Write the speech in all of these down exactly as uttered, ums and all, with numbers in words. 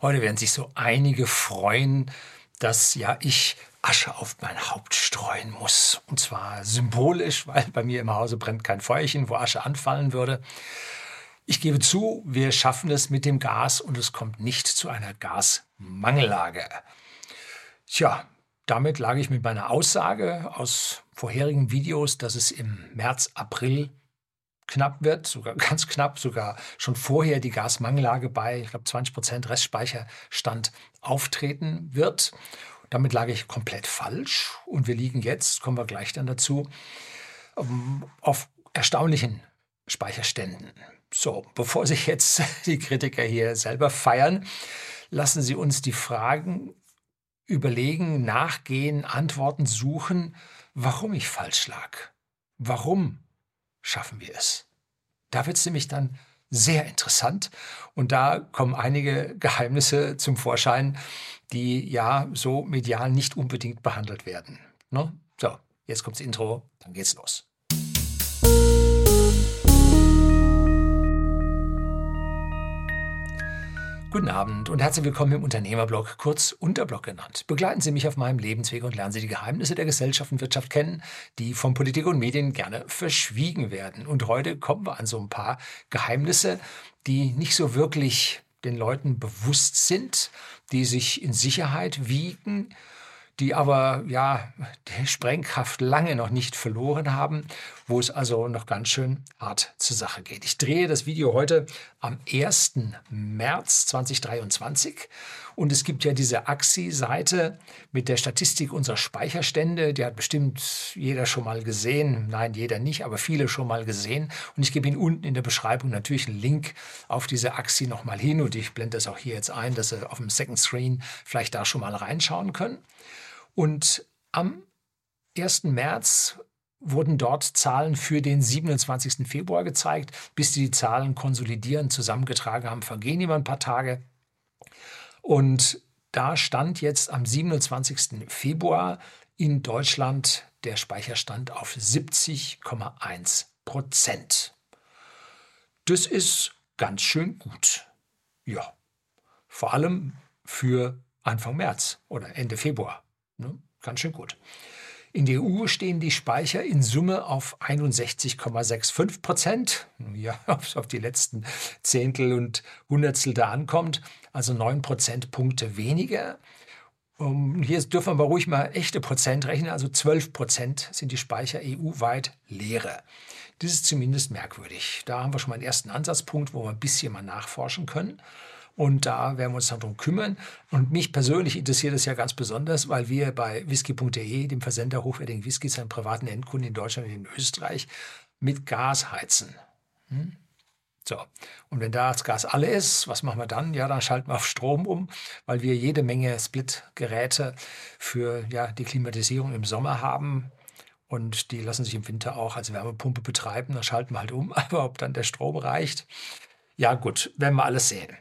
Heute werden sich so einige freuen, dass ja ich Asche auf mein Haupt streuen muss. Und zwar symbolisch, weil bei mir im Hause brennt kein Feuerchen, wo Asche anfallen würde. Ich gebe zu, wir schaffen es mit dem Gas und es kommt nicht zu einer Gasmangellage. Tja, damit lag ich mit meiner Aussage aus vorherigen Videos, dass es im März, April knapp wird, sogar ganz knapp, sogar schon vorher die Gasmangellage bei, ich glaube, zwanzig Prozent Restspeicherstand auftreten wird. Damit lag ich komplett falsch und wir liegen jetzt, kommen wir gleich dann dazu, auf erstaunlichen Speicherständen. So, bevor sich jetzt die Kritiker hier selber feiern, lassen Sie uns die Fragen überlegen, nachgehen, Antworten suchen, warum ich falsch lag. Warum schaffen wir es? Da wird es nämlich dann sehr interessant und da kommen einige Geheimnisse zum Vorschein, die ja so medial nicht unbedingt behandelt werden. Ne? So, jetzt kommt das Intro, dann geht's los. Guten Abend und herzlich willkommen im Unternehmerblog, kurz Unterblog genannt. Begleiten Sie mich auf meinem Lebensweg und lernen Sie die Geheimnisse der Gesellschaft und Wirtschaft kennen, die von Politik und Medien gerne verschwiegen werden. Und heute kommen wir an so ein paar Geheimnisse, die nicht so wirklich den Leuten bewusst sind, die sich in Sicherheit wiegen, die aber ja die Sprengkraft lange noch nicht verloren haben, wo es also noch ganz schön hart zur Sache geht. Ich drehe das Video heute am ersten März zweitausenddreiundzwanzig und es gibt ja diese A X I-Seite mit der Statistik unserer Speicherstände, die hat bestimmt jeder schon mal gesehen, nein, jeder nicht, aber viele schon mal gesehen und ich gebe Ihnen unten in der Beschreibung natürlich einen Link auf diese A X I nochmal hin und ich blende das auch hier jetzt ein, dass Sie auf dem Second Screen vielleicht da schon mal reinschauen können. Und am ersten März wurden dort Zahlen für den siebenundzwanzigsten Februar gezeigt. Bis die Zahlen konsolidieren, zusammengetragen haben, vergehen immer ein paar Tage. Und da stand jetzt am siebenundzwanzigsten Februar in Deutschland der Speicherstand auf siebzig Komma eins Prozent. Das ist ganz schön gut. Ja, vor allem für Anfang März oder Ende Februar. Ne? Ganz schön gut. In der E U stehen die Speicher in Summe auf einundsechzig Komma fünfundsechzig Prozent. Ja, ob es auf die letzten Zehntel und Hundertstel da ankommt, also neun Prozentpunkte weniger. Um, hier dürfen wir aber ruhig mal echte Prozent rechnen, also zwölf Prozent sind die Speicher E U-weit leere. Das ist zumindest merkwürdig. Da haben wir schon mal einen ersten Ansatzpunkt, wo wir ein bisschen mal nachforschen können. Und da werden wir uns dann drum kümmern. Und mich persönlich interessiert es ja ganz besonders, weil wir bei whisky punkt de, dem Versender hochwertigen Whiskys an privaten Endkunden in Deutschland und in Österreich, mit Gas heizen. Hm? So, und wenn da das Gas alle ist, was machen wir dann? Ja, dann schalten wir auf Strom um, weil wir jede Menge Split-Geräte für ja, die Klimatisierung im Sommer haben. Und die lassen sich im Winter auch als Wärmepumpe betreiben. Dann schalten wir halt um. Aber ob dann der Strom reicht, ja gut, werden wir alles sehen.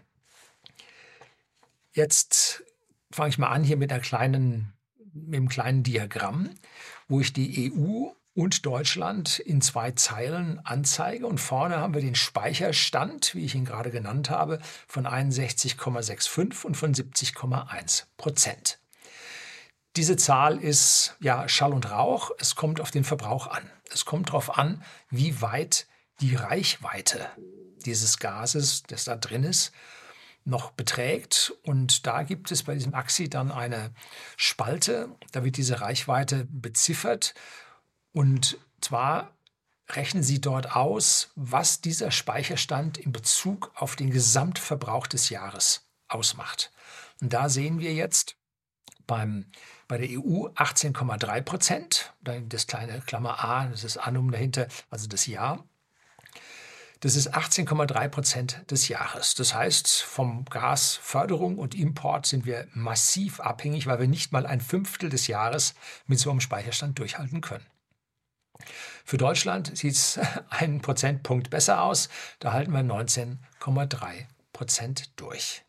Jetzt fange ich mal an hier mit, einer kleinen, mit einem kleinen Diagramm, wo ich die E U und Deutschland in zwei Zeilen anzeige. Und vorne haben wir den Speicherstand, wie ich ihn gerade genannt habe, von einundsechzig Komma fünfundsechzig und von siebzig Komma eins Prozent. Diese Zahl ist ja Schall und Rauch. Es kommt auf den Verbrauch an. Es kommt darauf an, wie weit die Reichweite dieses Gases, das da drin ist, noch beträgt. Und da gibt es bei diesem A X I dann eine Spalte, da wird diese Reichweite beziffert. Und zwar rechnen Sie dort aus, was dieser Speicherstand in Bezug auf den Gesamtverbrauch des Jahres ausmacht. Und da sehen wir jetzt beim, bei der E U achtzehn Komma drei Prozent, das kleine Klammer A, das ist Annum dahinter, also das Jahr. Das ist achtzehn Komma drei Prozent des Jahres. Das heißt, vom Gasförderung und Import sind wir massiv abhängig, weil wir nicht mal ein Fünftel des Jahres mit so einem Speicherstand durchhalten können. Für Deutschland sieht es einen Prozentpunkt besser aus. Da halten wir neunzehn Komma drei Prozent durch.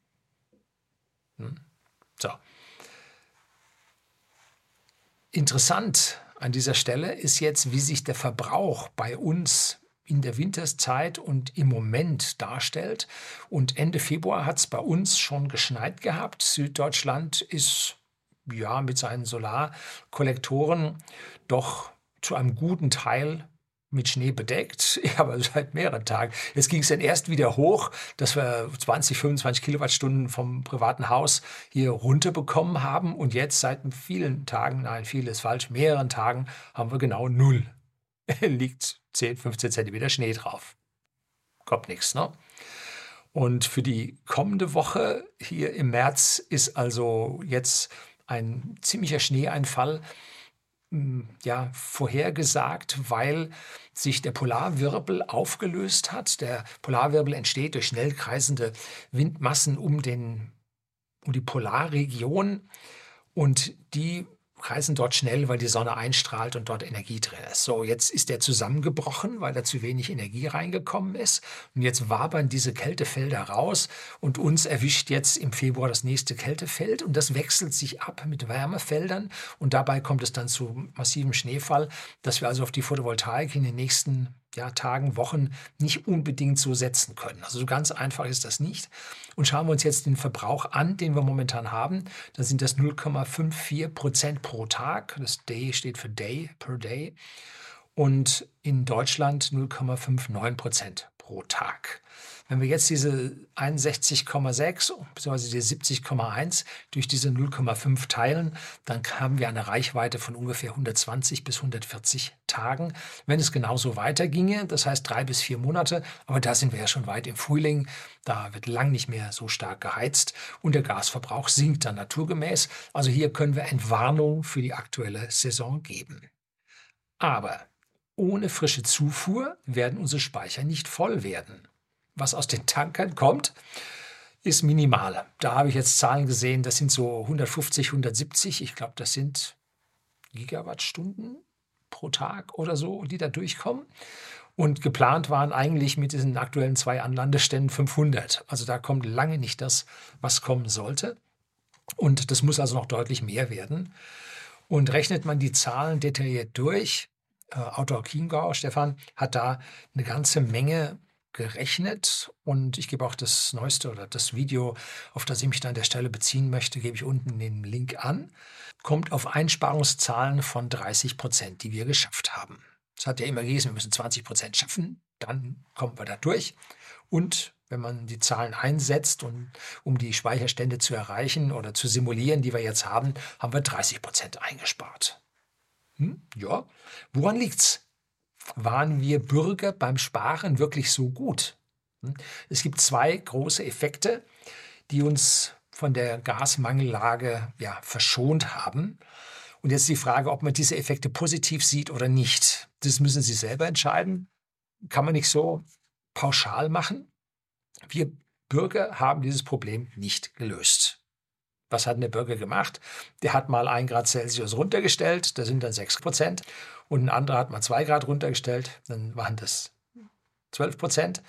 Hm. So. Interessant an dieser Stelle ist jetzt, wie sich der Verbrauch bei uns in der Winterszeit und im Moment darstellt. Und Ende Februar hat es bei uns schon geschneit gehabt. Süddeutschland ist ja mit seinen Solarkollektoren doch zu einem guten Teil mit Schnee bedeckt, ja, aber seit mehreren Tagen. Jetzt ging es dann erst wieder hoch, dass wir zwanzig, fünfundzwanzig Kilowattstunden vom privaten Haus hier runterbekommen haben. Und jetzt seit vielen Tagen, nein, viel ist falsch, mehreren Tagen haben wir genau null. Liegt zehn, fünfzehn Zentimeter Schnee drauf. Kommt nichts, ne? Und für die kommende Woche hier im März ist also jetzt ein ziemlicher Schneeeinfall ja, vorhergesagt, weil sich der Polarwirbel aufgelöst hat. Der Polarwirbel entsteht durch schnell kreisende Windmassen um, den, um die Polarregion und die kreisen dort schnell, weil die Sonne einstrahlt und dort Energie drin ist. So, jetzt ist der zusammengebrochen, weil da zu wenig Energie reingekommen ist. Und jetzt wabern diese Kältefelder raus und uns erwischt jetzt im Februar das nächste Kältefeld und das wechselt sich ab mit Wärmefeldern und dabei kommt es dann zu massivem Schneefall, dass wir also auf die Photovoltaik in den nächsten ja, Tagen, Wochen nicht unbedingt so setzen können. Also so ganz einfach ist das nicht. Und schauen wir uns jetzt den Verbrauch an, den wir momentan haben, dann sind das null Komma vierundfünfzig Prozent pro Tag. Das Day steht für Day, per Day. Und in Deutschland null Komma neunundfünfzig Prozent pro Tag. Wenn wir jetzt diese einundsechzig Komma sechs bzw. die siebzig Komma eins durch diese null Komma fünf teilen, dann haben wir eine Reichweite von ungefähr hundertzwanzig bis hundertvierzig Tagen. Wenn es genauso weiterginge, das heißt drei bis vier Monate, aber da sind wir ja schon weit im Frühling, da wird lang nicht mehr so stark geheizt und der Gasverbrauch sinkt dann naturgemäß. Also hier können wir Entwarnung für die aktuelle Saison geben. Aber ohne frische Zufuhr werden unsere Speicher nicht voll werden. Was aus den Tankern kommt, ist minimal. Da habe ich jetzt Zahlen gesehen, das sind so hundertfünfzig, hundertsiebzig. Ich glaube, das sind Gigawattstunden pro Tag oder so, die da durchkommen. Und geplant waren eigentlich mit diesen aktuellen zwei Anlandeständen fünfhundert. Also da kommt lange nicht das, was kommen sollte. Und das muss also noch deutlich mehr werden. Und rechnet man die Zahlen detailliert durch, äh, Autor Chiemgau, Stefan, hat da eine ganze Menge gerechnet und ich gebe auch das neueste oder das Video, auf das ich mich dann an der Stelle beziehen möchte, gebe ich unten den Link an, kommt auf Einsparungszahlen von dreißig Prozent, die wir geschafft haben. Es hat ja immer geheißen, wir müssen zwanzig Prozent schaffen, dann kommen wir da durch. Und wenn man die Zahlen einsetzt, und, um die Speicherstände zu erreichen oder zu simulieren, die wir jetzt haben, haben wir dreißig Prozent eingespart. Hm? Ja, woran liegt's? Waren wir Bürger beim Sparen wirklich so gut? Es gibt zwei große Effekte, die uns von der Gasmangellage ja, verschont haben. Und jetzt die Frage, ob man diese Effekte positiv sieht oder nicht. Das müssen Sie selber entscheiden. Kann man nicht so pauschal machen. Wir Bürger haben dieses Problem nicht gelöst. Was hat denn der Bürger gemacht? Der hat mal ein Grad Celsius runtergestellt, das sind dann sechs Prozent. Und ein anderer hat mal zwei Grad runtergestellt, dann waren das zwölf Prozent.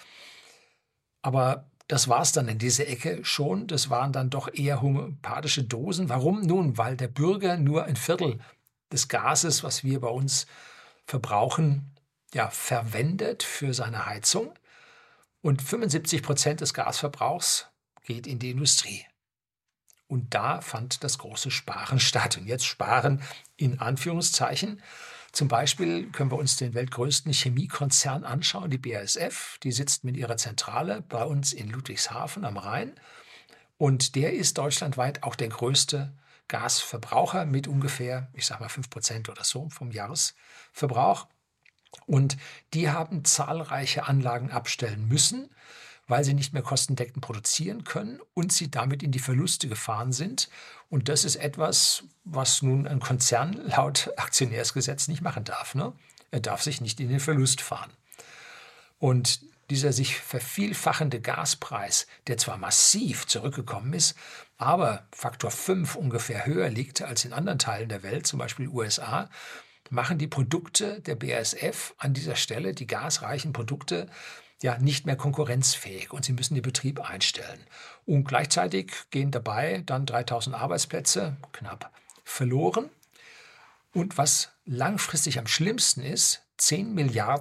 Aber das war es dann in dieser Ecke schon. Das waren dann doch eher homöopathische Dosen. Warum? Nun, weil der Bürger nur ein Viertel des Gases, was wir bei uns verbrauchen, ja, verwendet für seine Heizung. Und fünfundsiebzig Prozent des Gasverbrauchs geht in die Industrie. Und da fand das große Sparen statt. Und jetzt Sparen in Anführungszeichen. Zum Beispiel können wir uns den weltgrößten Chemiekonzern anschauen, die B A S F. Die sitzt mit ihrer Zentrale bei uns in Ludwigshafen am Rhein. Und der ist deutschlandweit auch der größte Gasverbraucher mit ungefähr, ich sage mal fünf Prozent oder so vom Jahresverbrauch. Und die haben zahlreiche Anlagen abstellen müssen, weil sie nicht mehr kostendeckend produzieren können und sie damit in die Verluste gefahren sind. Und das ist etwas, was nun ein Konzern laut Aktionärsgesetz nicht machen darf. Ne? Er darf sich nicht in den Verlust fahren. Und dieser sich vervielfachende Gaspreis, der zwar massiv zurückgekommen ist, aber Faktor fünf ungefähr höher liegt als in anderen Teilen der Welt, zum Beispiel U S A, machen die Produkte der B A S F an dieser Stelle, die gasreichen Produkte, ja nicht mehr konkurrenzfähig und sie müssen den Betrieb einstellen. Und gleichzeitig gehen dabei dann dreitausend Arbeitsplätze knapp verloren. Und was langfristig am schlimmsten ist, zehn Milliarden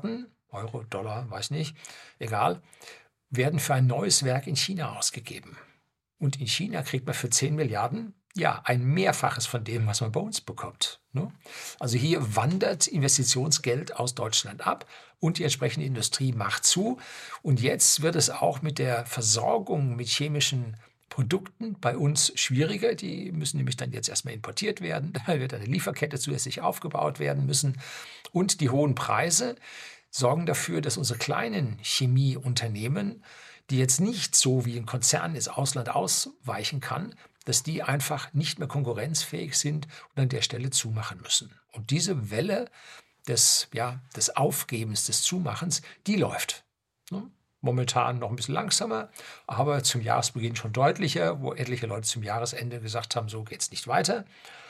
Euro, Dollar, weiß nicht, egal, werden für ein neues Werk in China ausgegeben. Und in China kriegt man für zehn Milliarden ja ein Mehrfaches von dem, was man bei uns bekommt. Ne? Also hier wandert Investitionsgeld aus Deutschland ab und die entsprechende Industrie macht zu. Und jetzt wird es auch mit der Versorgung mit chemischen Produkten bei uns schwieriger. Die müssen nämlich dann jetzt erstmal importiert werden. Da wird eine Lieferkette zusätzlich aufgebaut werden müssen. Und die hohen Preise sorgen dafür, dass unsere kleinen Chemieunternehmen, die jetzt nicht so wie ein Konzern ins Ausland ausweichen kann, dass die einfach nicht mehr konkurrenzfähig sind und an der Stelle zumachen müssen. Und diese Welle des, ja, des Aufgebens, des Zumachens, die läuft. Ne? Momentan noch ein bisschen langsamer, aber zum Jahresbeginn schon deutlicher, wo etliche Leute zum Jahresende gesagt haben, so geht es nicht weiter.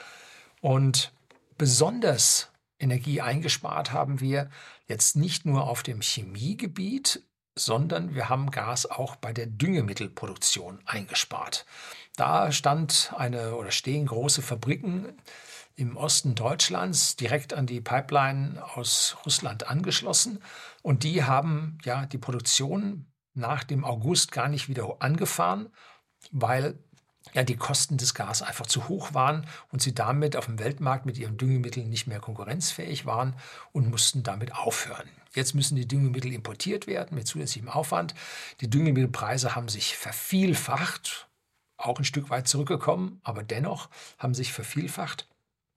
Und besonders Energie eingespart haben wir jetzt nicht nur auf dem Chemiegebiet, sondern wir haben Gas auch bei der Düngemittelproduktion eingespart. Da stand eine oder stehen große Fabriken im Osten Deutschlands direkt an die Pipeline aus Russland angeschlossen und die haben ja die Produktion nach dem August gar nicht wieder angefahren, weil ja die Kosten des Gas einfach zu hoch waren und sie damit auf dem Weltmarkt mit ihren Düngemitteln nicht mehr konkurrenzfähig waren und mussten damit aufhören. Jetzt müssen die Düngemittel importiert werden mit zusätzlichem Aufwand. Die Düngemittelpreise haben sich vervielfacht, auch ein Stück weit zurückgekommen, aber dennoch haben sich vervielfacht.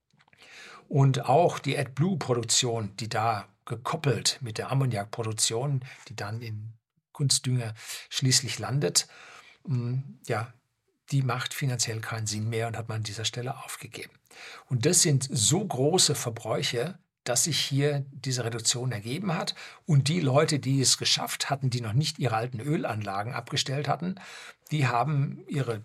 Und auch die AdBlue-Produktion, die da gekoppelt mit der Ammoniakproduktion, die dann in Kunstdünger schließlich landet, ja, die macht finanziell keinen Sinn mehr und hat man an dieser Stelle aufgegeben. Und das sind so große Verbräuche, dass sich hier diese Reduktion ergeben hat. Und die Leute, die es geschafft hatten, die noch nicht ihre alten Ölanlagen abgestellt hatten, die haben ihre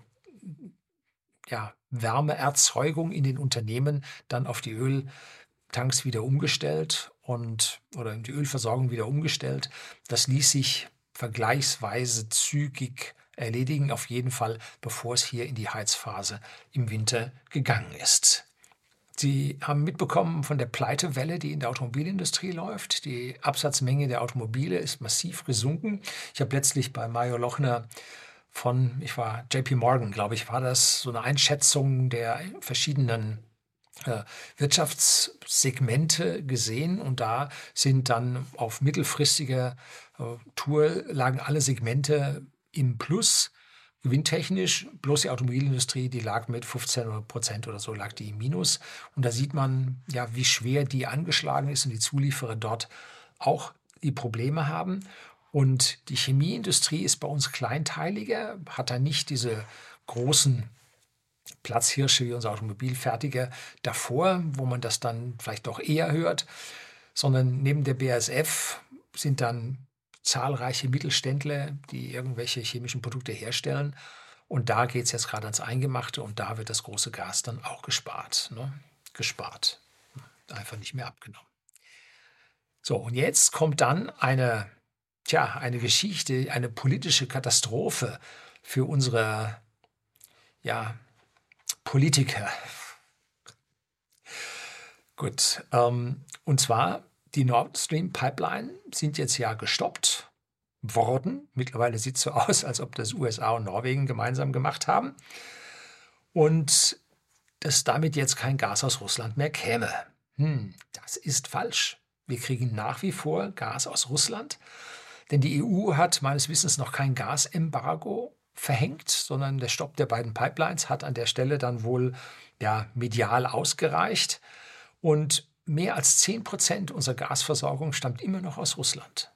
ja, Wärmeerzeugung in den Unternehmen dann auf die Öltanks wieder umgestellt und oder die Ölversorgung wieder umgestellt. Das ließ sich vergleichsweise zügig erledigen, auf jeden Fall, bevor es hier in die Heizphase im Winter gegangen ist. Sie haben mitbekommen von der Pleitewelle, die in der Automobilindustrie läuft. Die Absatzmenge der Automobile ist massiv gesunken. Ich habe letztlich bei Mario Lochner von, ich war J P Morgan, glaube ich, war das so eine Einschätzung der verschiedenen äh, Wirtschaftssegmente gesehen. Und da sind dann auf mittelfristiger äh, Tour lagen alle Segmente im Plus, gewinntechnisch, bloß die Automobilindustrie, die lag mit fünfzehn Prozent oder so, lag die im Minus. Und da sieht man, ja, wie schwer die angeschlagen ist und die Zulieferer dort auch die Probleme haben. Und die Chemieindustrie ist bei uns kleinteiliger, hat da nicht diese großen Platzhirsche wie unser Automobilfertiger davor, wo man das dann vielleicht doch eher hört, sondern neben der B A S F sind dann zahlreiche Mittelständler, die irgendwelche chemischen Produkte herstellen. Und da geht es jetzt gerade ans Eingemachte und da wird das große Gas dann auch gespart. Ne? Gespart. Einfach nicht mehr abgenommen. So, und jetzt kommt dann eine, tja, eine Geschichte, eine politische Katastrophe für unsere ja, Politiker. Gut, ähm, und zwar die Nord Stream Pipeline sind jetzt ja gestoppt worden. Mittlerweile sieht es so aus, als ob das U S A und Norwegen gemeinsam gemacht haben. Und dass damit jetzt kein Gas aus Russland mehr käme. Hm, das ist falsch. Wir kriegen nach wie vor Gas aus Russland, denn die E U hat meines Wissens noch kein Gasembargo verhängt, sondern der Stopp der beiden Pipelines hat an der Stelle dann wohl ja, medial ausgereicht. Und mehr als zehn Prozent unserer Gasversorgung stammt immer noch aus Russland.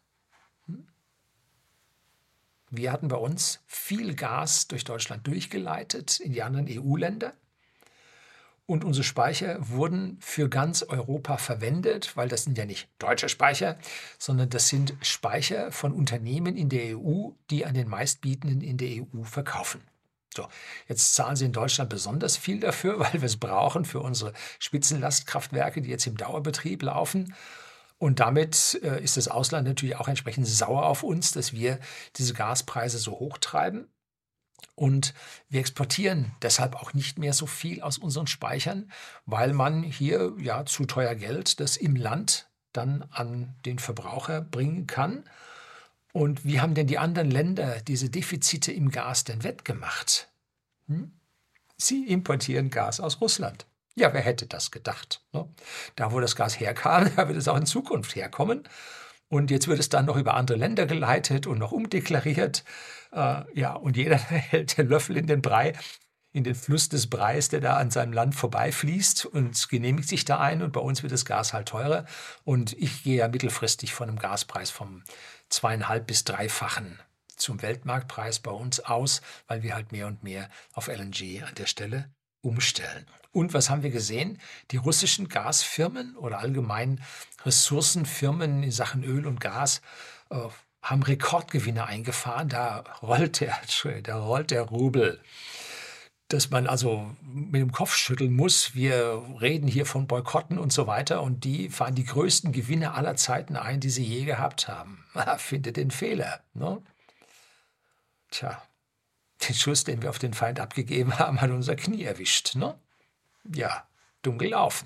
Wir hatten bei uns viel Gas durch Deutschland durchgeleitet in die anderen E U-Länder. Und unsere Speicher wurden für ganz Europa verwendet, weil das sind ja nicht deutsche Speicher, sondern das sind Speicher von Unternehmen in der E U, die an den Meistbietenden in der E U verkaufen. So, jetzt zahlen sie in Deutschland besonders viel dafür, weil wir es brauchen für unsere Spitzenlastkraftwerke, die jetzt im Dauerbetrieb laufen. Und damit äh, ist das Ausland natürlich auch entsprechend sauer auf uns, dass wir diese Gaspreise so hoch treiben. Und wir exportieren deshalb auch nicht mehr so viel aus unseren Speichern, weil man hier ja zu teuer Geld das im Land dann an den Verbraucher bringen kann. Und wie haben denn die anderen Länder diese Defizite im Gas denn wettgemacht? Hm? Sie importieren Gas aus Russland. Ja, wer hätte das gedacht? Ne? Da, wo das Gas herkam, da wird es auch in Zukunft herkommen. Und jetzt wird es dann noch über andere Länder geleitet und noch umdeklariert. Äh, ja, und jeder hält den Löffel in den Brei, in den Fluss des Breis, der da an seinem Land vorbeifließt und genehmigt sich da ein. Und bei uns wird das Gas halt teurer. Und ich gehe ja mittelfristig von einem Gaspreis vom zweieinhalb bis dreifachen zum Weltmarktpreis bei uns aus, weil wir halt mehr und mehr auf L N G an der Stelle umstellen. Und was haben wir gesehen? Die russischen Gasfirmen oder allgemein Ressourcenfirmen in Sachen Öl und Gas äh, haben Rekordgewinne eingefahren. Da rollt der, da rollt der Rubel. Dass man also mit dem Kopf schütteln muss. Wir reden hier von Boykotten und so weiter und die fahren die größten Gewinne aller Zeiten ein, die sie je gehabt haben. Findet den Fehler. Ne? Tja, den Schuss, den wir auf den Feind abgegeben haben, hat unser Knie erwischt. Ne? Ja, dumm gelaufen.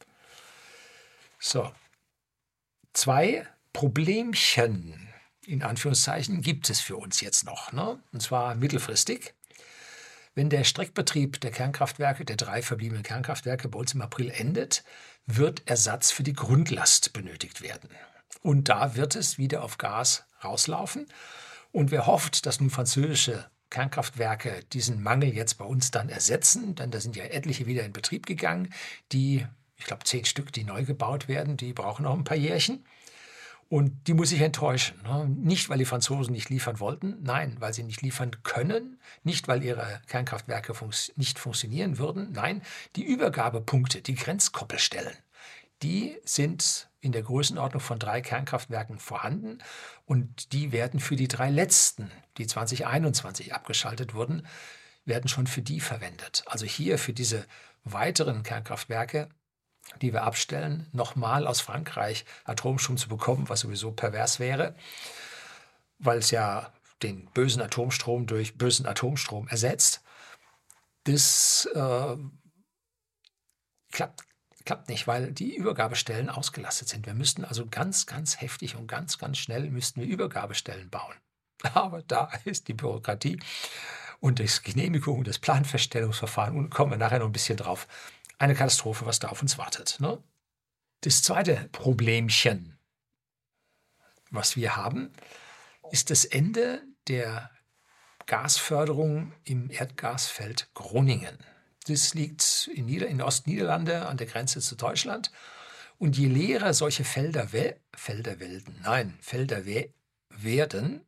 So, zwei Problemchen, in Anführungszeichen, gibt es für uns jetzt noch. Ne? Und zwar mittelfristig. Wenn der Streckbetrieb der Kernkraftwerke, der drei verbliebenen Kernkraftwerke bei uns im April endet, wird Ersatz für die Grundlast benötigt werden. Und da wird es wieder auf Gas rauslaufen. Und wer hofft, dass nun französische Kernkraftwerke diesen Mangel jetzt bei uns dann ersetzen, denn da sind ja etliche wieder in Betrieb gegangen, die, ich glaube zehn Stück, die neu gebaut werden, die brauchen noch ein paar Jährchen. Und die muss ich enttäuschen. Ne? Nicht, weil die Franzosen nicht liefern wollten, nein, weil sie nicht liefern können, nicht, weil ihre Kernkraftwerke funks- nicht funktionieren würden, nein, die Übergabepunkte, die Grenzkoppelstellen, die sind in der Größenordnung von drei Kernkraftwerken vorhanden und die werden für die drei letzten, die zwanzig einundzwanzig abgeschaltet wurden, werden schon für die verwendet. Also hier für diese weiteren Kernkraftwerke, die wir abstellen, nochmal aus Frankreich Atomstrom zu bekommen, was sowieso pervers wäre, weil es ja den bösen Atomstrom durch bösen Atomstrom ersetzt. Das äh, klappt, klappt nicht, weil die Übergabestellen ausgelastet sind. Wir müssten also ganz, ganz heftig und ganz, ganz schnell müssten wir Übergabestellen bauen. Aber da ist die Bürokratie und die Genehmigung, das Planfeststellungsverfahren, und kommen wir nachher noch ein bisschen drauf. Eine Katastrophe, was da auf uns wartet. Ne? Das zweite Problemchen, was wir haben, ist das Ende der Gasförderung im Erdgasfeld Groningen. Das liegt in, Nieder- in Ostniederlande an der Grenze zu Deutschland. Und je leerer solche Felder, we- Felder werden, nein, Felder we- werden,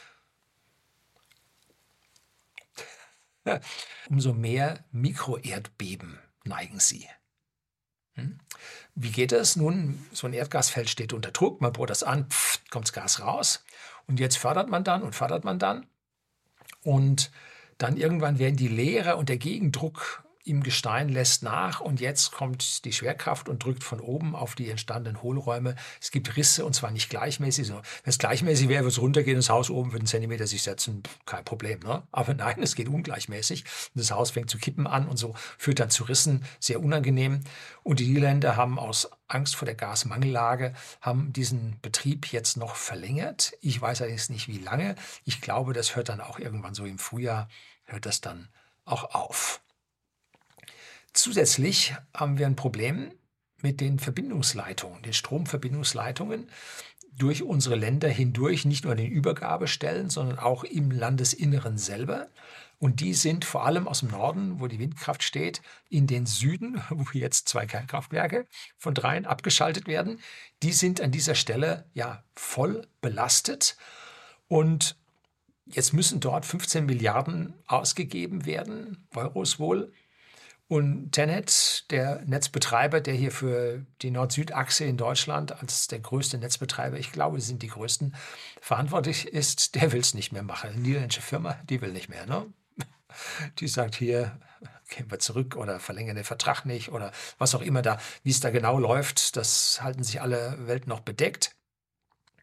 umso mehr Mikroerdbeben neigen sie. Hm? Wie geht das? Nun, so ein Erdgasfeld steht unter Druck, man bohrt das an, pff, kommt das Gas raus und jetzt fördert man dann und fördert man dann und dann irgendwann werden die Leere und der Gegendruck im Gestein lässt nach und jetzt kommt die Schwerkraft und drückt von oben auf die entstandenen Hohlräume. Es gibt Risse und zwar nicht gleichmäßig. So, wenn es gleichmäßig wäre, würde es runtergehen, das Haus oben würde einen Zentimeter sich setzen, kein Problem. Ne? Aber nein, es geht ungleichmäßig. Und das Haus fängt zu kippen an und so führt dann zu Rissen, sehr unangenehm. Und die Niederländer haben aus Angst vor der Gasmangellage, haben diesen Betrieb jetzt noch verlängert. Ich weiß allerdings nicht, wie lange. Ich glaube, das hört dann auch irgendwann so im Frühjahr, hört das dann auch auf. Zusätzlich haben wir ein Problem mit den Verbindungsleitungen, den Stromverbindungsleitungen durch unsere Länder hindurch, nicht nur an den Übergabestellen, sondern auch im Landesinneren selber. Und die sind vor allem aus dem Norden, wo die Windkraft steht, in den Süden, wo jetzt zwei Kernkraftwerke von dreien abgeschaltet werden. Die sind an dieser Stelle ja voll belastet. Und jetzt müssen dort fünfzehn Milliarden ausgegeben werden, Euros wohl. Und TenneT, der Netzbetreiber, der hier für die Nord-Süd-Achse in Deutschland als der größte Netzbetreiber, ich glaube, sie sind die größten, verantwortlich ist, der will es nicht mehr machen. Eine niederländische Firma, die will nicht mehr. Ne? Die sagt hier, gehen wir zurück oder verlängern den Vertrag nicht oder was auch immer da, wie es da genau läuft, das halten sich alle Welt noch bedeckt.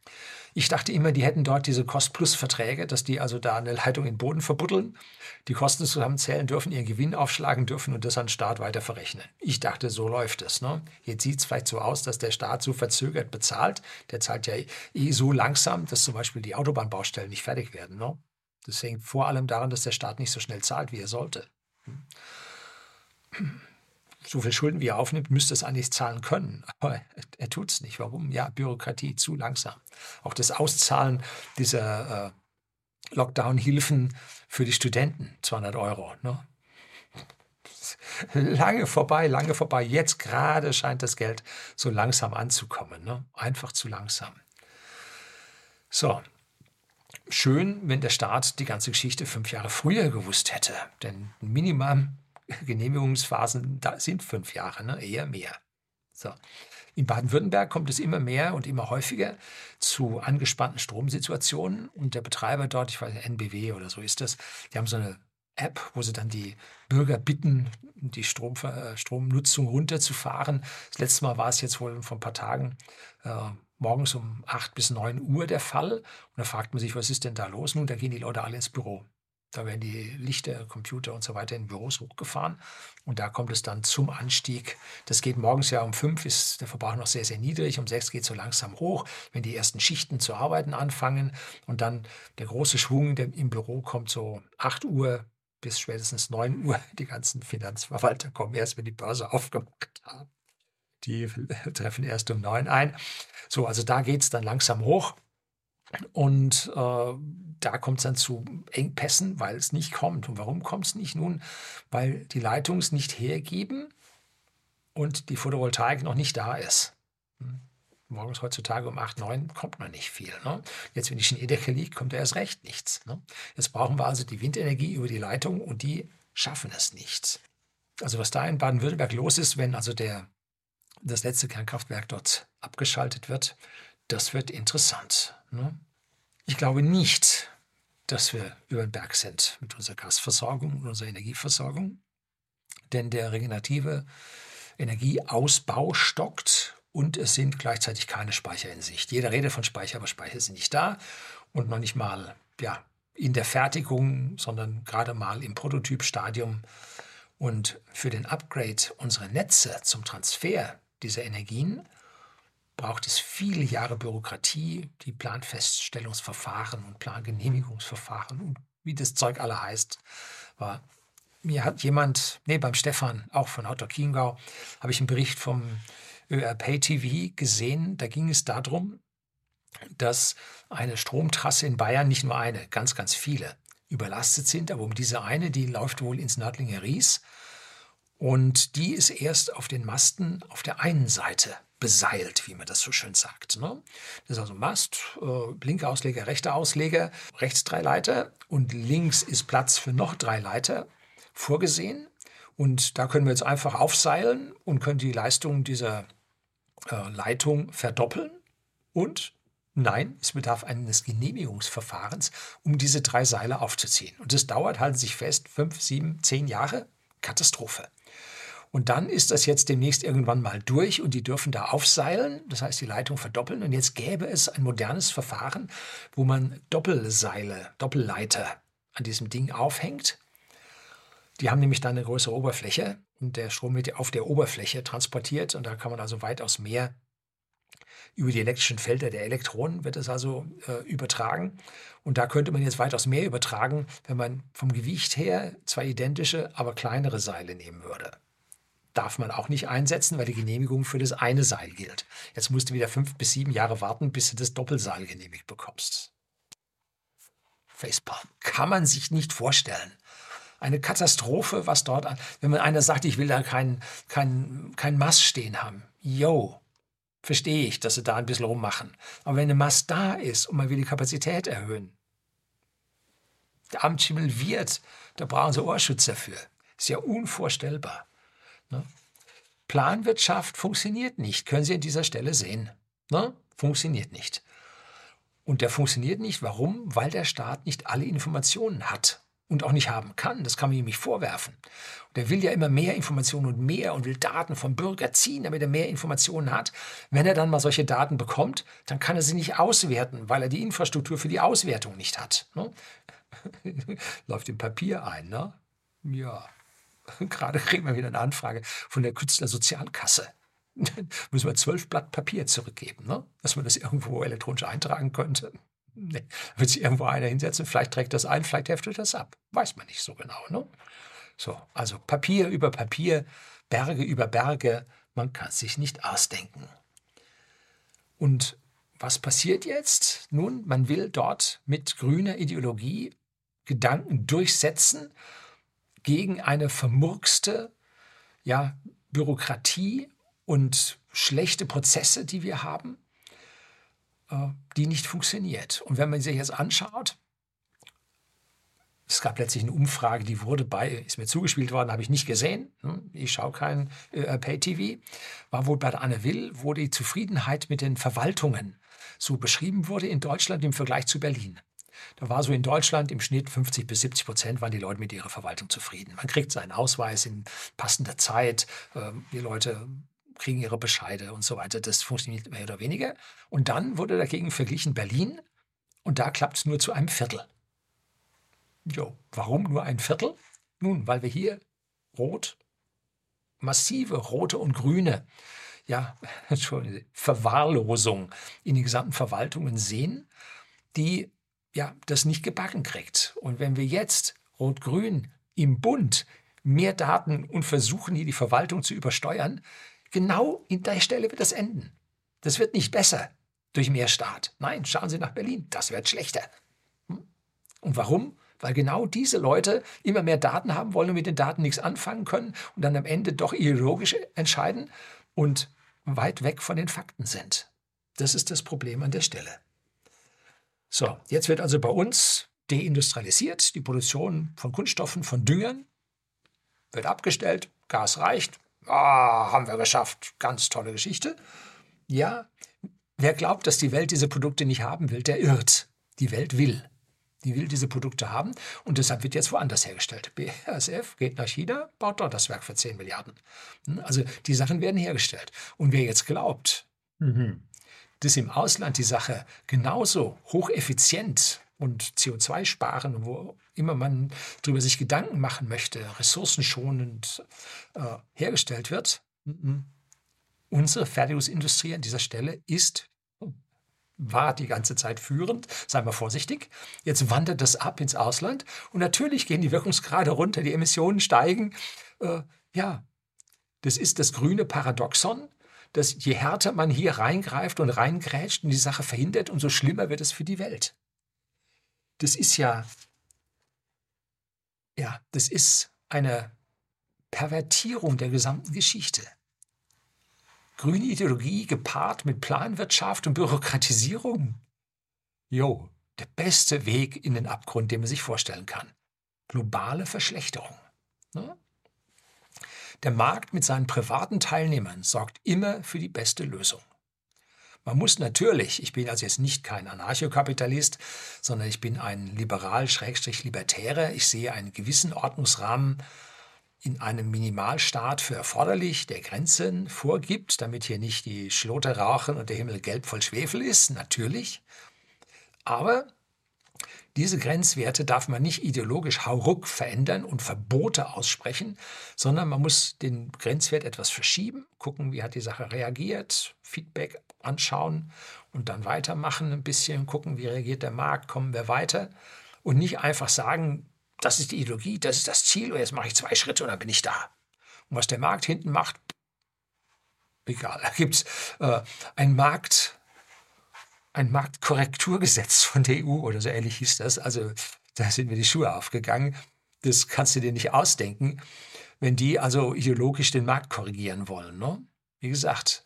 Ich dachte immer, die hätten dort diese Cost-Plus-Verträge, dass die also da eine Leitung in den Boden verbuddeln, die Kosten zusammenzählen dürfen, ihren Gewinn aufschlagen dürfen und das an den Staat weiter verrechnen. Ich dachte, so läuft es. Ne? Jetzt sieht es vielleicht so aus, dass der Staat so verzögert bezahlt. Der zahlt ja eh so langsam, dass zum Beispiel die Autobahnbaustellen nicht fertig werden. Ne? Das hängt vor allem daran, dass der Staat nicht so schnell zahlt, wie er sollte. So viel Schulden, wie er aufnimmt, müsste es eigentlich zahlen können. Aber er, er tut es nicht. Warum? Ja, Bürokratie, zu langsam. Auch das Auszahlen dieser äh, Lockdown-Hilfen für die Studenten, zweihundert Euro. Ne? Lange vorbei, lange vorbei. Jetzt gerade scheint das Geld so langsam anzukommen. Ne? Einfach zu langsam. So. Schön, wenn der Staat die ganze Geschichte fünf Jahre früher gewusst hätte. Denn Minimum Genehmigungsphasen da sind fünf Jahre, ne? Eher mehr. So. In Baden-Württemberg kommt es immer mehr und immer häufiger zu angespannten Stromsituationen. Und der Betreiber dort, ich weiß nicht, N B W oder so ist das, die haben so eine App, wo sie dann die Bürger bitten, die Strom, äh, Stromnutzung runterzufahren. Das letzte Mal war es jetzt wohl vor ein paar Tagen äh, morgens um acht bis neun Uhr der Fall. Und da fragt man sich, was ist denn da los? Nun, da gehen die Leute alle ins Büro. Da werden die Lichter, Computer und so weiter in Büros hochgefahren. Und da kommt es dann zum Anstieg. Das geht morgens ja um fünf, ist der Verbrauch noch sehr, sehr niedrig. Um sechs geht es so langsam hoch, wenn die ersten Schichten zu arbeiten anfangen. Und dann der große Schwung der im Büro kommt so acht Uhr bis spätestens neun Uhr. Die ganzen Finanzverwalter kommen erst, wenn die Börse aufgemacht haben. Die treffen erst um neun ein. So, also da geht es dann langsam hoch. Und äh, da kommt es dann zu Engpässen, weil es nicht kommt. Und warum kommt es nicht? Nun, weil die Leitungen es nicht hergeben und die Photovoltaik noch nicht da ist. Hm. Morgens heutzutage um acht, neun kommt noch nicht viel. Ne? Jetzt, wenn die Schneedecke liegt, kommt ja erst recht nichts. Ne? Jetzt brauchen wir also die Windenergie über die Leitung und die schaffen es nicht. Also was da in Baden-Württemberg los ist, wenn also der, das letzte Kernkraftwerk dort abgeschaltet wird, das wird interessant. Ne? Ich glaube nicht, dass wir über den Berg sind mit unserer Gasversorgung und unserer Energieversorgung, denn der regenerative Energieausbau stockt und es sind gleichzeitig keine Speicher in Sicht. Jeder redet von Speicher, aber Speicher sind nicht da und noch nicht mal ja, in der Fertigung, sondern gerade mal im Prototypstadium. Und für den Upgrade unserer Netze zum Transfer dieser Energien braucht es viele Jahre Bürokratie, die Planfeststellungsverfahren und Plangenehmigungsverfahren und wie das Zeug alle heißt. War, mir hat jemand, nee, beim Stefan, auch von Otto Chiemgau, habe ich einen Bericht vom Ö R Pay T V gesehen. Da ging es darum, dass eine Stromtrasse in Bayern, nicht nur eine, ganz, ganz viele, überlastet sind. Aber um diese eine, die läuft wohl ins Nördlinger Ries. Und die ist erst auf den Masten auf der einen Seite beseilt, wie man das so schön sagt. Ne? Das ist also Mast, äh, linker Ausleger, rechter Ausleger, rechts drei Leiter und links ist Platz für noch drei Leiter vorgesehen. Und da können wir jetzt einfach aufseilen und können die Leistung dieser äh, Leitung verdoppeln. Und nein, es bedarf eines Genehmigungsverfahrens, um diese drei Seile aufzuziehen. Und das dauert, halten Sie sich fest, fünf, sieben, zehn Jahre. Katastrophe. Und dann ist das jetzt demnächst irgendwann mal durch und die dürfen da aufseilen, das heißt die Leitung verdoppeln. Und jetzt gäbe es ein modernes Verfahren, wo man Doppelseile, Doppelleiter an diesem Ding aufhängt. Die haben nämlich dann eine größere Oberfläche und der Strom wird auf der Oberfläche transportiert und da kann man also weitaus mehr über die elektrischen Felder der Elektronen wird es also äh, übertragen. Und da könnte man jetzt weitaus mehr übertragen, wenn man vom Gewicht her zwei identische, aber kleinere Seile nehmen würde. Darf man auch nicht einsetzen, weil die Genehmigung für das eine Seil gilt. Jetzt musst du wieder fünf bis sieben Jahre warten, bis du das Doppelseil genehmigt bekommst. Facepalm. Kann man sich nicht vorstellen. Eine Katastrophe, was dort an... Wenn man einer sagt, ich will da keinen kein, kein Mast stehen haben. Yo, verstehe ich, dass sie da ein bisschen rummachen. Aber wenn eine Mast da ist und man will die Kapazität erhöhen, der Amtsschimmel wird, da brauchen sie Ohrschutz dafür. Ist ja unvorstellbar. Ne? Planwirtschaft funktioniert nicht, können Sie an dieser Stelle sehen. Ne? Funktioniert nicht. Und der funktioniert nicht, warum? Weil der Staat nicht alle Informationen hat. und auch nicht haben kann. Das kann man ihm nicht vorwerfen. Und er will ja immer mehr Informationen und mehr und will Daten vom Bürger ziehen, damit er mehr Informationen hat. Wenn er dann mal solche Daten bekommt, dann kann er sie nicht auswerten, weil er die Infrastruktur für die Auswertung nicht hat. Ne? Läuft im Papier ein, ne? Ja. Gerade kriegen wir wieder eine Anfrage von der Künstlersozialkasse. Müssen wir zwölf Blatt Papier zurückgeben, ne? Dass man das irgendwo elektronisch eintragen könnte. Nee. Wird sich irgendwo einer hinsetzen, vielleicht trägt das ein, vielleicht heftet das ab. Weiß man nicht so genau. Ne? So, also Papier über Papier, Berge über Berge, man kann sich nicht ausdenken. Und was passiert jetzt? Nun, man will dort mit grüner Ideologie Gedanken durchsetzen gegen eine vermurkste ja, Bürokratie und schlechte Prozesse, die wir haben, die nicht funktioniert. Und wenn man sich jetzt anschaut, es gab letztlich eine Umfrage, die wurde bei, ist mir zugespielt worden, habe ich nicht gesehen. Ich schaue kein äh, Pay-T V. War wohl bei der Anne Will, wo die Zufriedenheit mit den Verwaltungen so beschrieben wurde in Deutschland im Vergleich zu Berlin. Da war so in Deutschland im Schnitt fünfzig bis siebzig Prozent waren die Leute mit ihrer Verwaltung zufrieden. Man kriegt seinen Ausweis in passender Zeit. Ähm, die Leute kriegen ihre Bescheide und so weiter. Das funktioniert mehr oder weniger. Und dann wurde dagegen verglichen Berlin und da klappt es nur zu einem Viertel. Jo, warum nur ein Viertel? Nun, weil wir hier rot, massive rote und grüne ja, Entschuldigung, Verwahrlosung in den gesamten Verwaltungen sehen, die ja, das nicht gebacken kriegt. Und wenn wir jetzt Rot-Grün im Bund mehr Daten und versuchen, hier die Verwaltung zu übersteuern, genau in der Stelle wird das enden. Das wird nicht besser durch mehr Staat. Nein, schauen Sie nach Berlin, das wird schlechter. Und warum? Weil genau diese Leute immer mehr Daten haben wollen und mit den Daten nichts anfangen können und dann am Ende doch ideologisch entscheiden und weit weg von den Fakten sind. Das ist das Problem an der Stelle. So, jetzt wird also bei uns deindustrialisiert, die Produktion von Kunststoffen, von Düngern wird abgestellt, Gas reicht, ah, haben wir geschafft, ganz tolle Geschichte. Ja, wer glaubt, dass die Welt diese Produkte nicht haben will, der irrt. Die Welt will. Die will diese Produkte haben und deshalb wird jetzt woanders hergestellt. B A S F geht nach China, baut dort das Werk für zehn Milliarden. Also die Sachen werden hergestellt. Und wer jetzt glaubt, mhm. dass im Ausland die Sache genauso hocheffizient und C O zwei sparen, wo immer man darüber sich Gedanken machen möchte, ressourcenschonend äh, hergestellt wird, mhm. unsere Fertigungsindustrie an dieser Stelle ist war die ganze Zeit führend, seien wir vorsichtig. Jetzt wandert das ab ins Ausland und natürlich gehen die Wirkungsgrade runter, die Emissionen steigen. Äh, ja, das ist das grüne Paradoxon, dass je härter man hier reingreift und reingrätscht und die Sache verhindert, umso schlimmer wird es für die Welt. Das ist ja, ja, das ist eine Pervertierung der gesamten Geschichte. Grüne Ideologie gepaart mit Planwirtschaft und Bürokratisierung. Jo, der beste Weg in den Abgrund, den man sich vorstellen kann. Globale Verschlechterung. Ne? Der Markt mit seinen privaten Teilnehmern sorgt immer für die beste Lösung. Man muss natürlich, ich bin also jetzt nicht kein Anarchokapitalist, sondern ich bin ein Liberal-Libertärer. Ich sehe einen gewissen Ordnungsrahmen in einem Minimalstaat für erforderlich, der Grenzen vorgibt, damit hier nicht die Schlote rauchen und der Himmel gelb voll Schwefel ist, natürlich. Aber diese Grenzwerte darf man nicht ideologisch hauruck verändern und Verbote aussprechen, sondern man muss den Grenzwert etwas verschieben, gucken, wie hat die Sache reagiert, Feedback anschauen und dann weitermachen ein bisschen, gucken, wie reagiert der Markt, kommen wir weiter und nicht einfach sagen, das ist die Ideologie, das ist das Ziel und jetzt mache ich zwei Schritte und dann bin ich da. Und was der Markt hinten macht, egal, da gibt es äh, ein Markt, ein Marktkorrekturgesetz von der E U oder so ähnlich hieß das. Also da sind mir die Schuhe aufgegangen. Das kannst du dir nicht ausdenken, wenn die also ideologisch den Markt korrigieren wollen. Ne? Wie gesagt,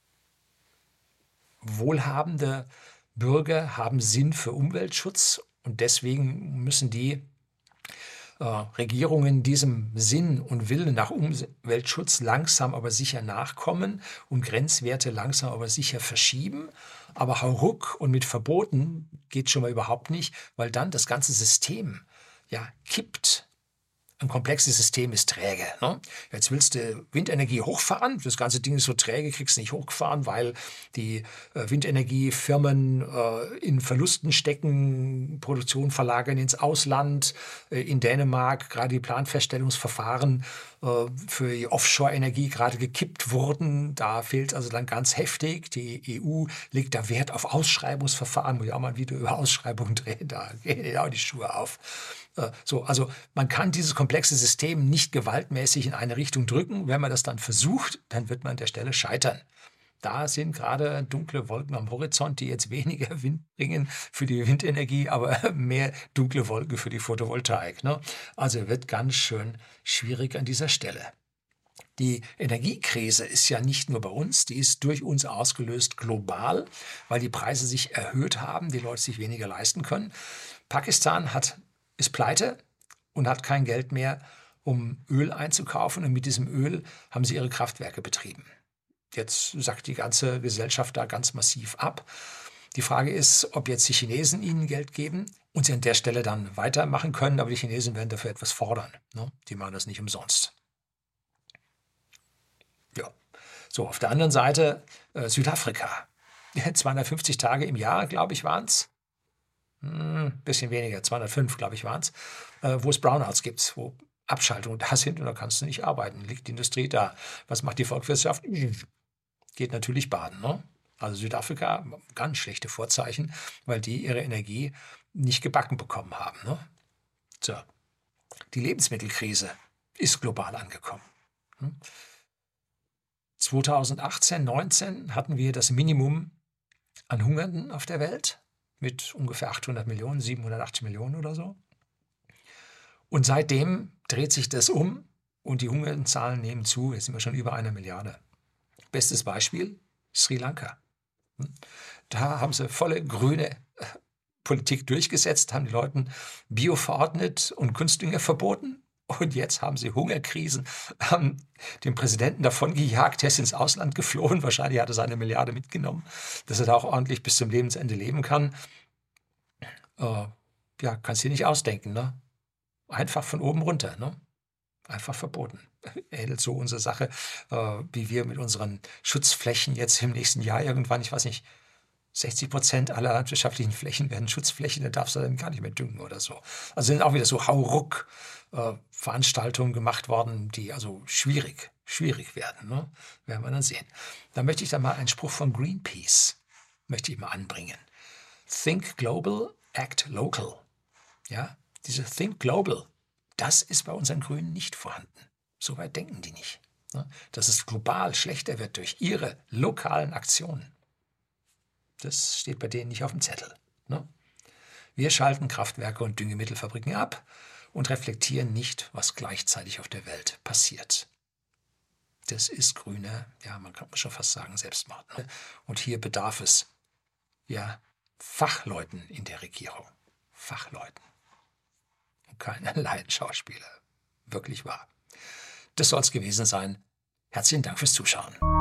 wohlhabende Bürger haben Sinn für Umweltschutz und deswegen müssen die äh, Regierungen diesem Sinn und Willen nach Umweltschutz langsam aber sicher nachkommen und Grenzwerte langsam aber sicher verschieben. Aber hauruck und mit Verboten geht schon mal überhaupt nicht, weil dann das ganze System ja, kippt. Ein komplexes System ist träge. Ne? Jetzt willst du Windenergie hochfahren. Das ganze Ding ist so träge, kriegst du nicht hochgefahren, weil die äh, Windenergiefirmen äh, in Verlusten stecken, Produktion verlagern ins Ausland, äh, in Dänemark gerade die Planfeststellungsverfahren äh, für die Offshore-Energie gerade gekippt wurden. Da fehlt also dann ganz heftig. Die E U legt da Wert auf Ausschreibungsverfahren. Muss ich auch mal ein Video über Ausschreibungen drehen, da gehen ja auch die Schuhe auf. So, also man kann dieses komplexe System nicht gewaltmäßig in eine Richtung drücken. Wenn man das dann versucht, dann wird man an der Stelle scheitern. Da sind gerade dunkle Wolken am Horizont, die jetzt weniger Wind bringen für die Windenergie, aber mehr dunkle Wolken für die Photovoltaik. Ne? Also wird ganz schön schwierig an dieser Stelle. Die Energiekrise ist ja nicht nur bei uns, die ist durch uns ausgelöst global, weil die Preise sich erhöht haben, die Leute sich weniger leisten können. Pakistan hat ist pleite und hat kein Geld mehr, um Öl einzukaufen. Und mit diesem Öl haben sie ihre Kraftwerke betrieben. Jetzt sackt die ganze Gesellschaft da ganz massiv ab. Die Frage ist, ob jetzt die Chinesen ihnen Geld geben und sie an der Stelle dann weitermachen können. Aber die Chinesen werden dafür etwas fordern. Ne? Die machen das nicht umsonst. Ja. So, auf der anderen Seite äh, Südafrika. zweihundertfünfzig Tage im Jahr, glaube ich, waren es. Ein bisschen weniger, zweihundertfünf, glaube ich, waren es, äh, wo es Brownouts gibt, wo Abschaltungen da sind und da kannst du nicht arbeiten. Liegt die Industrie da. Was macht die Volkswirtschaft? Geht natürlich baden. Ne? Also Südafrika, ganz schlechte Vorzeichen, weil die ihre Energie nicht gebacken bekommen haben. Ne? So. Die Lebensmittelkrise ist global angekommen. Hm? zweitausendachtzehn, neunzehn hatten wir das Minimum an Hungernden auf der Welt. Mit ungefähr achthundert Millionen, siebenhundertachtzig Millionen oder so. Und seitdem dreht sich das um und die Hungerndenzahlen nehmen zu. Jetzt sind wir schon über einer Milliarde. Bestes Beispiel, Sri Lanka. Da haben sie volle grüne Politik durchgesetzt, haben die Leuten Bio verordnet und Kunstdünger verboten. Und jetzt haben sie Hungerkrisen, haben den Präsidenten davongejagt, der ist ins Ausland geflohen. Wahrscheinlich hat er seine Milliarde mitgenommen, dass er da auch ordentlich bis zum Lebensende leben kann. Äh, ja, kannst du dir nicht ausdenken, ne? Einfach von oben runter, ne? Einfach verboten. Ähnelt so unsere Sache, äh, wie wir mit unseren Schutzflächen jetzt im nächsten Jahr irgendwann, ich weiß nicht, sechzig Prozent aller landwirtschaftlichen Flächen werden Schutzflächen, da darfst du dann gar nicht mehr düngen oder so. Also sind auch wieder so Hauruck äh, Veranstaltungen gemacht worden, die also schwierig, schwierig werden. Ne? Werden wir dann sehen. Da möchte ich dann mal einen Spruch von Greenpeace, möchte ich mal anbringen. Think global, act local. Ja, diese Think global, das ist bei unseren Grünen nicht vorhanden. So weit denken die nicht. Ne? Dass es global schlechter wird durch ihre lokalen Aktionen. Das steht bei denen nicht auf dem Zettel. Ne? Wir schalten Kraftwerke und Düngemittelfabriken ab und reflektieren nicht, was gleichzeitig auf der Welt passiert. Das ist grüne, ja, man kann schon fast sagen, Selbstmord. Ne? Und hier bedarf es ja Fachleuten in der Regierung. Fachleuten. Und keine Laienschauspieler. Wirklich wahr. Das soll es gewesen sein. Herzlichen Dank fürs Zuschauen.